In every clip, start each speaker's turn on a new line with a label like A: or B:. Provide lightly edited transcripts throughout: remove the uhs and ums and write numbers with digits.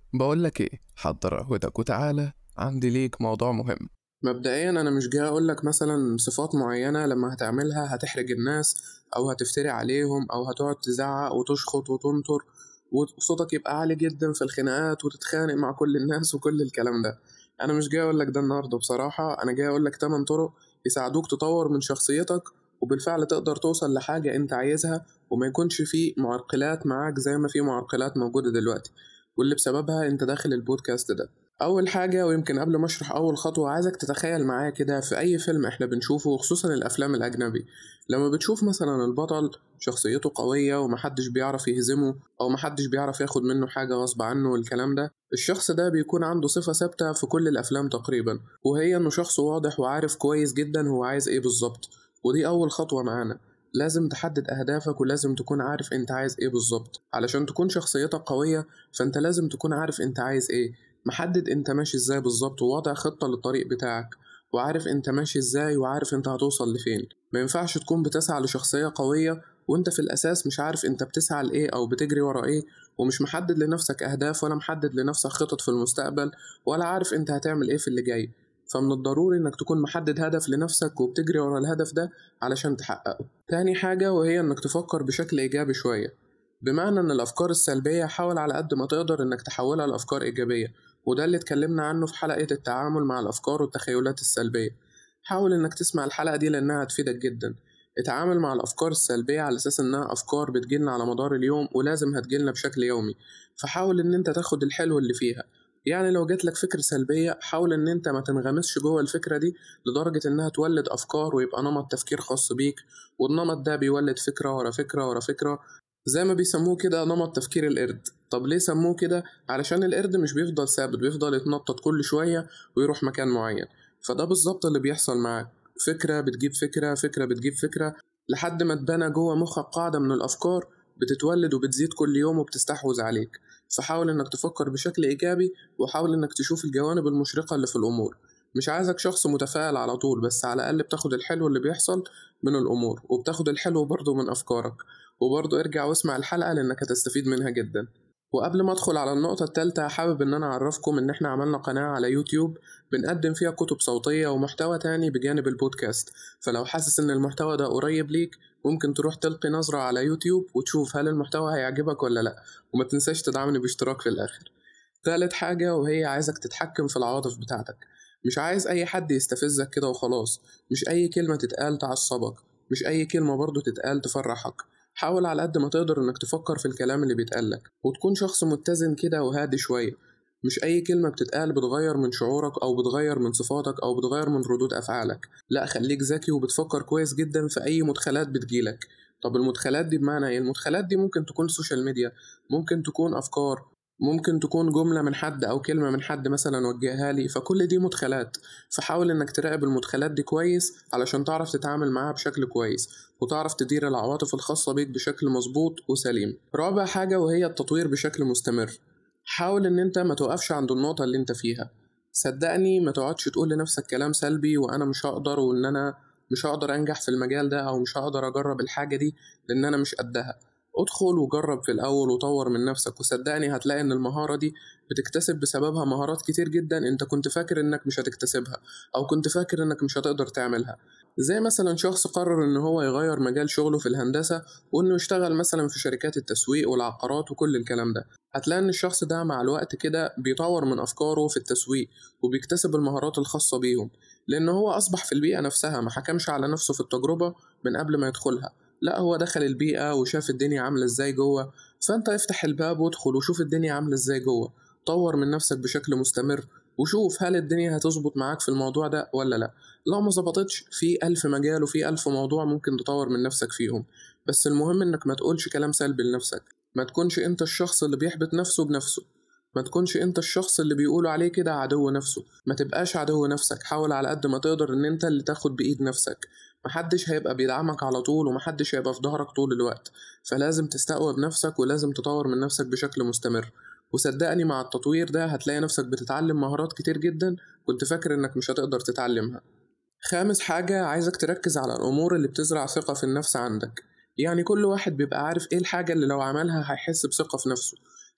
A: بقولك ايه، حضر قهوتك وتعالى عندي ليك موضوع مهم.
B: مبدئيا انا مش جاي اقولك مثلا صفات معينة لما هتعملها هتحرج الناس او هتفتري عليهم او هتقعد تزعق وتشخط وتنطر وصوتك يبقى عالي جدا في الخناقات وتتخانق مع كل الناس وكل الكلام ده. انا مش جاي اقولك ده النهاردة بصراحة، انا جاي اقولك 8 طرق يساعدوك تطور من شخصيتك وبالفعل تقدر توصل لحاجة انت عايزها وما يكونش فيه معرقلات معاك زي ما في معرقلات موجودة دلوقتي، واللي بسببها انت داخل البودكاست ده. أول حاجة ويمكن قبل ما أشرح أول خطوة عايزك تتخيل معايا كده في أي فيلم إحنا بنشوفه خصوصا الأفلام الأجنبي، لما بتشوف مثلا البطل شخصيته قوية ومحدش بيعرف يهزمه أو محدش بيعرف ياخد منه حاجة غصب عنه والكلام ده، الشخص ده بيكون عنده صفة ثابتة في كل الأفلام تقريبا، وهي إنه شخص واضح وعارف كويس جدا هو عايز إيه بالظبط. ودي أول خطوة معانا، لازم تحدد أهدافك ولازم تكون عارف أنت عايز إيه بالظبط علشان تكون شخصيتك قوية. فأنت لازم تكون عارف أنت عايز إيه، محدد انت ماشي ازاي بالظبط ووضع خطة للطريق بتاعك، وعارف انت ماشي ازاي وعارف انت هتوصل لفين. ما ينفعش تكون بتسعى لشخصية قوية وانت في الاساس مش عارف انت بتسعى لايه او بتجري ورا ايه، ومش محدد لنفسك اهداف ولا محدد لنفسك خطط في المستقبل ولا عارف انت هتعمل ايه في اللي جاي. فمن الضروري انك تكون محدد هدف لنفسك وبتجري ورا الهدف ده علشان تحققه. تاني حاجة وهي انك تفكر بشكل ايجابي شوية، بمعنى ان الافكار السلبية حاول على قد ما تقدر انك تحولها لافكار ايجابية، وده اللي اتكلمنا عنه في حلقة التعامل مع الأفكار والتخيلات السلبية. حاول إنك تسمع الحلقة دي لأنها هتفيدك جدا. اتعامل مع الأفكار السلبية على أساس إنها أفكار بتجيلنا على مدار اليوم ولازم هتجيلنا بشكل يومي، فحاول إن أنت تاخد الحلو اللي فيها. يعني لو جاتلك فكرة سلبية حاول إن أنت ما تنغمسش جوه الفكرة دي لدرجة إنها تولد أفكار ويبقى نمط تفكير خاص بيك، والنمط ده بيولد فكرة ورا فكرة ورا فكرة، زي ما بيسموه كده نمط تفكير القرد. طب ليه سموه كده؟ علشان القرد مش بيفضل ثابت، بيفضل يتنطط كل شوية ويروح مكان معين. فده بالظبط اللي بيحصل معاك، فكرة بتجيب فكرة، فكرة بتجيب فكرة، لحد ما تبنى جوه مخك قاعدة من الأفكار بتتولد وبتزيد كل يوم وبتستحوذ عليك. فحاول إنك تفكر بشكل إيجابي وحاول إنك تشوف الجوانب المشرقة اللي في الأمور. مش عايزك شخص متفائل على طول، بس على الأقل بتاخد الحلو اللي بيحصل من الأمور وبتاخد الحلو برضه من أفكارك. وبرضه ارجع واسمع الحلقة لأنك هتستفيد منها جدا. وقبل ما ادخل على النقطة التالتة حابب ان انا اعرفكم ان احنا عملنا قناة على يوتيوب بنقدم فيها كتب صوتية ومحتوى تاني بجانب البودكاست، فلو حاسس ان المحتوى ده قريب ليك ممكن تروح تلقي نظرة على يوتيوب وتشوف هل المحتوى هيعجبك ولا لا، وما تنساش تدعمني باشتراك في الاخر. تالت حاجة وهي عايزك تتحكم في العواطف بتاعتك، مش عايز اي حد يستفزك كده وخلاص، مش اي كلمة تتقال تعصبك، مش اي كلمة برضو تتقال تفرحك. حاول على قد ما تقدر انك تفكر في الكلام اللي بيتقالك وتكون شخص متزن كده وهادي شوية. مش اي كلمة بتتقال بتغير من شعورك او بتغير من صفاتك او بتغير من ردود افعالك، لا خليك ذكي وبتفكر كويس جدا في اي مدخلات بتجيلك. طب المدخلات دي بمعنى ايه؟ المدخلات دي ممكن تكون سوشيال ميديا، ممكن تكون افكار، ممكن تكون جملة من حد أو كلمة من حد مثلا وجهها لي، فكل دي مدخلات. فحاول إنك تراقب المدخلات دي كويس علشان تعرف تتعامل معاها بشكل كويس وتعرف تدير العواطف الخاصة بيك بشكل مظبوط وسليم. رابع حاجة وهي التطوير بشكل مستمر، حاول إن أنت ما توقفش عند النقطة اللي أنت فيها. صدقني ما تقعدش تقول لنفسك كلام سلبي وأنا مش هقدر وإن أنا مش هقدر أنجح في المجال ده أو مش هقدر أجرب الحاجة دي لأن أنا مش قدها. ادخل وجرب في الأول وطور من نفسك، وصدقني هتلاقي إن المهارة دي بتكتسب بسببها مهارات كتير جدا أنت كنت فاكر إنك مش هتكتسبها أو كنت فاكر إنك مش هتقدر تعملها. زي مثلا شخص قرر إن هو يغير مجال شغله في الهندسة وإنه يشتغل مثلا في شركات التسويق والعقارات وكل الكلام ده، هتلاقي إن الشخص ده مع الوقت كده بيطور من أفكاره في التسويق وبيكتسب المهارات الخاصة بيهم، لأن هو أصبح في البيئة نفسها، ما حكمش على نفسه في التجربة من قبل ما يدخلها، لا هو دخل البيئة وشاف الدنيا عاملة ازاي جوه. فانت افتح الباب وادخل وشوف الدنيا عاملة ازاي جوه، طور من نفسك بشكل مستمر وشوف هل الدنيا هتظبط معاك في الموضوع ده ولا لا. لو ما ظبطتش في 1000 مجال وفي 1000 موضوع ممكن تطور من نفسك فيهم، بس المهم انك ما تقولش كلام سلبي لنفسك، ما تكونش انت الشخص اللي بيحبط نفسه بنفسه، ما تكونش انت الشخص اللي بيقولوا عليه كده عدو نفسه، ما تبقاش عدو نفسك. حاول على قد ما تقدر ان انت اللي تاخد بإيد نفسك، محدش هيبقى بيدعمك على طول ومحدش هيبقى في ظهرك طول الوقت، فلازم تستقوى بنفسك ولازم تطور من نفسك بشكل مستمر. وصدقني مع التطوير ده هتلاقي نفسك بتتعلم مهارات كتير جدا كنت فاكر انك مش هتقدر تتعلمها. خامس حاجة عايزك تركز على الأمور اللي بتزرع ثقة في النفس عندك، يعني كل واحد بيبقى عارف ايه الحاجة اللي لو عملها هيحس بثقة في نفسه.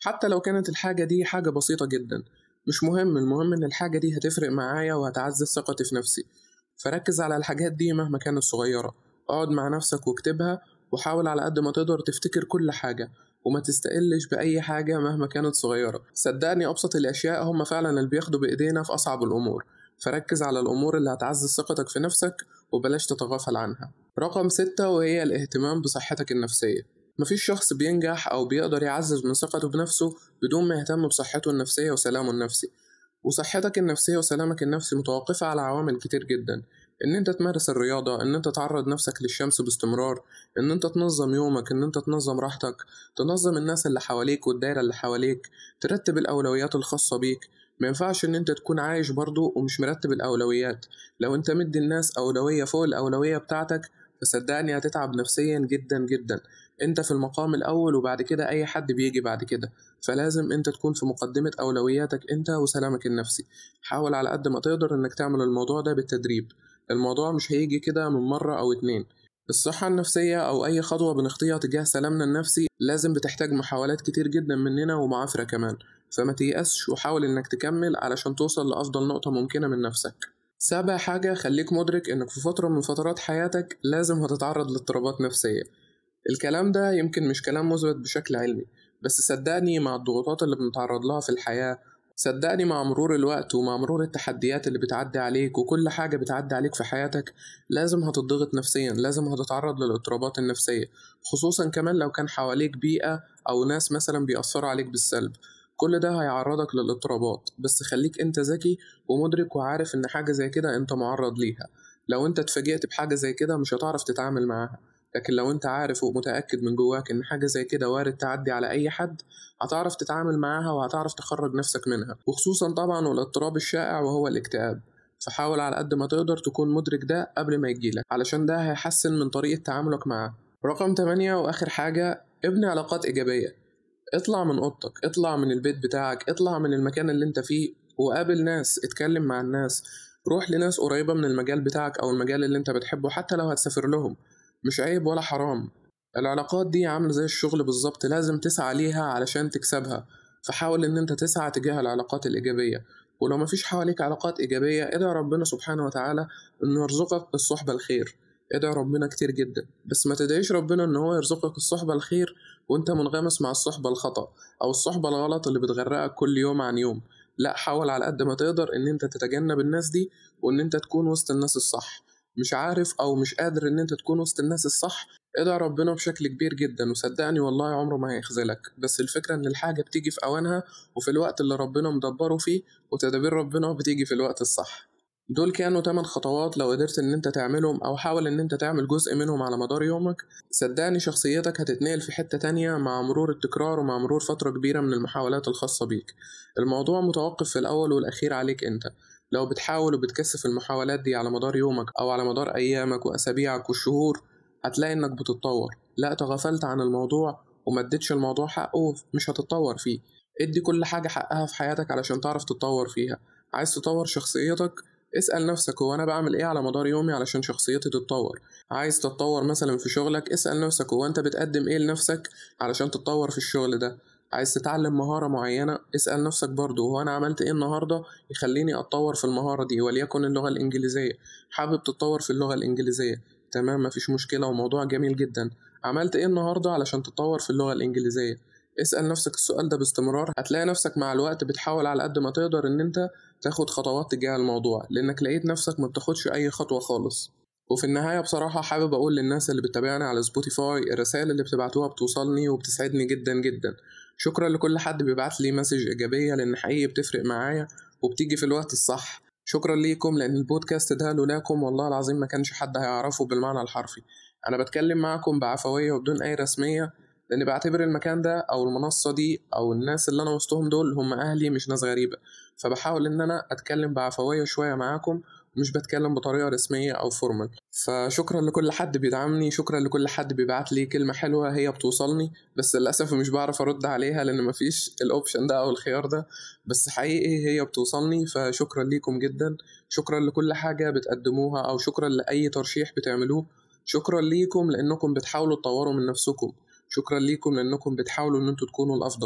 B: حتى لو كانت الحاجة دي حاجة بسيطة جدا، مش مهم، المهم إن الحاجة دي هتفرق معايا وهتعزز ثقتي في نفسي. فركز على الحاجات دي مهما كانت صغيرة، اقعد مع نفسك واكتبها، وحاول على قد ما تقدر تفتكر كل حاجة، وما تستقلش بأي حاجة مهما كانت صغيرة. صدقني أبسط الأشياء هم فعلا اللي بياخدوا بإيدينا في أصعب الأمور. فركز على الأمور اللي هتعزز ثقتك في نفسك وبلاش تتغافل عنها. رقم 6 وهي الاهتمام بصحتك النفسية. مفيش شخص بينجح أو بيقدر يعزز من ثقته بنفسه بدون ما يهتم بصحته النفسية وسلامه النفسي. وصحتك النفسية وسلامك النفسي متوقفة على عوامل كتير جدا. إن أنت تمارس الرياضة، إن أنت تعرض نفسك للشمس باستمرار، إن أنت تنظم يومك، إن أنت تنظم راحتك، تنظم الناس اللي حواليك والدايرة اللي حواليك، ترتب الأولويات الخاصة بيك. ما ينفعش إن أنت تكون عايش برضو ومش مرتب الأولويات. لو أنت مدي الناس أولوية فوق الأولوية بتاعتك، فصدقني هتتعب نفسيا جدا جدا. أنت في المقام الأول وبعد كده أي حد بيجي بعد كده. فلازم انت تكون في مقدمة أولوياتك انت وسلامك النفسي. حاول على قد ما تقدر انك تعمل الموضوع ده بالتدريب. الموضوع مش هيجي كده من مرة أو اتنين. الصحة النفسية أو أي خطوة بنخطيها تجاه سلامنا النفسي لازم بتحتاج محاولات كتير جدا مننا ومعافرة كمان. فما تيأسش وحاول انك تكمل علشان توصل لأفضل نقطة ممكنة من نفسك. سابع حاجة، خليك مدرك انك في فترة من فترات حياتك لازم هتتعرض لاضطرابات نفسية. الكلام ده يمكن مش كلام مثبت بشكل علمي، بس صدقني مع الضغوطات اللي بنتعرض لها في الحياة، صدقني مع مرور الوقت ومع مرور التحديات اللي بتعدي عليك وكل حاجة بتعدي عليك في حياتك، لازم هتضغط نفسيا، لازم هتتعرض للاضطرابات النفسية. خصوصا كمان لو كان حواليك بيئة أو ناس مثلا بيأثروا عليك بالسلب. كل ده هيعرضك للاضطرابات، بس خليك انت ذكي ومدرك وعارف ان حاجة زي كده انت معرض ليها. لو انت اتفاجئت بحاجة زي كده مش هتعرف تتعامل معاها، لكن لو انت عارف ومتأكد من جواك ان حاجة زي كده وارد تعدي على اي حد، هتعرف تتعامل معاها وهتعرف تخرج نفسك منها. وخصوصا طبعا والاضطراب الشائع وهو الاكتئاب. فحاول على قد ما تقدر تكون مدرك ده قبل ما يجيلك، علشان ده هيحسن من طريقة تعاملك معاه. رقم 8 واخر حاجة، ابني علاقات ايجابية. اطلع من اوضتك، اطلع من البيت بتاعك، اطلع من المكان اللي انت فيه وقابل ناس، اتكلم مع الناس. روح لناس قريبة من المجال بتاعك او المجال اللي انت بتحبه حتى لو هتسافر لهم. مش عيب ولا حرام. العلاقات دي عاملة زي الشغل بالظبط، لازم تسعى ليها علشان تكسبها. فحاول ان انت تسعى تجاه العلاقات الإيجابية. ولو مفيش حواليك علاقات إيجابية، ادعي ربنا سبحانه وتعالى انه يرزقك الصحبة الخير. ادعي ربنا كتير جدا، بس ما تدعيش ربنا ان هو يرزقك الصحبة الخير وانت منغمس مع الصحبة الخطأ او الصحبة الغلط اللي بتغرقك كل يوم عن يوم. لا، حاول على قد ما تقدر ان انت تتجنب الناس دي وان انت تكون وسط الناس الصح. مش عارف او مش قادر ان انت تكون وسط الناس الصح، ادعي ربنا بشكل كبير جدا وصدقني والله عمره ما هيخذلك. بس الفكرة ان الحاجة بتيجي في اوانها وفي الوقت اللي ربنا مدبره فيه، وتدابير ربنا بتيجي في الوقت الصح. دول كانوا 8 خطوات لو قدرت ان انت تعملهم او حاول ان انت تعمل جزء منهم على مدار يومك، صدقني شخصيتك هتتنقل في حتة تانية مع مرور التكرار ومع مرور فترة كبيرة من المحاولات الخاصة بيك. الموضوع متوقف في الاول والاخير عليك انت. لو بتحاول وبتكثف المحاولات دي على مدار يومك أو على مدار أيامك وأسابيعك والشهور، هتلاقي إنك بتتطور. لا تغفلت عن الموضوع وما اديتش الموضوع حقه، مش هتتطور فيه. ادي كل حاجة حقها في حياتك علشان تعرف تتطور فيها. عايز تطور شخصيتك، اسأل نفسك هو أنا بعمل إيه على مدار يومي علشان شخصيتي تتطور. عايز تتطور مثلا في شغلك، اسأل نفسك هو أنت بتقدم إيه لنفسك علشان تتطور في الشغل ده. عايز تتعلم مهارة معينة، اسأل نفسك برضو هو أنا عملت إيه النهاردة يخليني أتطور في المهارة دي، وليكن اللغة الإنجليزية. حابب تتطور في اللغة الإنجليزية، تمام، مفيش مشكلة وموضوع جميل جدا. عملت إيه النهاردة علشان تتطور في اللغة الإنجليزية؟ اسأل نفسك السؤال ده باستمرار. هتلاقي نفسك مع الوقت بتحاول على قد ما تقدر إن أنت تاخد خطوات تجاه الموضوع، لأنك لقيت نفسك ما بتاخدش أي خطوة خالص. وفي النهاية بصراحة حابب أقول للناس اللي بتتابعني على سبوتيفاي، الرسائل اللي بتبعتوها بتوصلني وبتسعدني جدا جدا. شكرا لكل حد بيبعت لي مسج إيجابية، لأن حقيقي بتفرق معايا وبتيجي في الوقت الصح. شكرا ليكم، لأن البودكاست ده لولاكم والله العظيم ما كانش حد هيعرفه بالمعنى الحرفي. أنا بتكلم معكم بعفوية وبدون أي رسمية، لأني بعتبر المكان ده أو المنصة دي أو الناس اللي أنا وسطهم دول هم أهلي مش ناس غريبة. فبحاول إن أنا أتكلم بعفوية شوية معاكم، مش بتكلم بطريقة رسمية أو فورمال. فشكرا لكل حد بيدعمني، شكرا لكل حد بيبعت لي كلمة حلوة هي بتوصلني، بس للأسف مش بعرف أرد عليها لأن مفيش الأوبشن ده أو الخيار ده، بس حقيقي هي بتوصلني. فشكرا ليكم جدا، شكرا لكل حاجة بتقدموها أو شكرا لأي ترشيح بتعملوه. شكرا ليكم لأنكم بتحاولوا تطوروا من نفسكم. شكرا ليكم لأنكم بتحاولوا أن انتوا تكونوا الأفضل.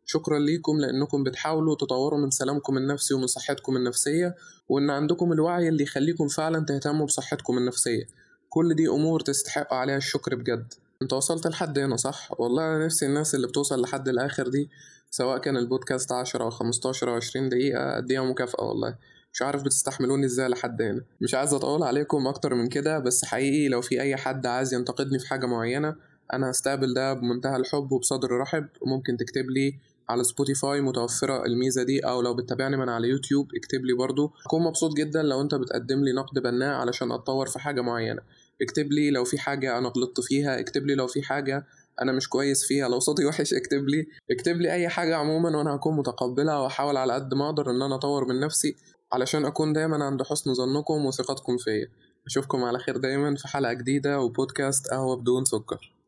B: شكرا ليكم لأنكم بتحاولوا تطوروا من سلامكم النفسي ومن صحتكم النفسية، وإن عندكم الوعي اللي يخليكم فعلا تهتموا بصحتكم النفسية. كل دي أمور تستحقوا عليها الشكر بجد. انت وصلت لحد هنا صح؟ والله أنا نفسي الناس اللي بتوصل لحد الآخر دي، سواء كان البودكاست 10 أو 15 أو 20 دقيقة، أديها مكافأة والله. مش عارف بتستحملوني ازاي لحد هنا. مش عايز أطول عليكم أكتر من كده، بس حقيقي لو في أي حد عايز ينتقدني في حاجة معينة، أنا هستقبل ده بمنتهى الحب وبصدر رحب. وممكن تكتب لي على سبوتيفاي، متوفرة الميزة دي، أو لو بتتابعني من على يوتيوب اكتب لي برضو. أكون مبسوط جدا لو أنت بتقدم لي نقد بناء علشان أتطور في حاجة معينة. اكتب لي لو في حاجة أنا غلطت فيها، اكتب لي لو في حاجة أنا مش كويس فيها، لو صوتي وحش اكتب لي أي حاجة عموما، وأنا هكون متقبلها وأحاول على قد ما أقدر إن أنا أطور من نفسي علشان أكون دايما عند حسن ظنكم وثقتكم فيا. أشوفكم على خير دايما في حلقة جديدة وبودكاست قهوة بدون سكر.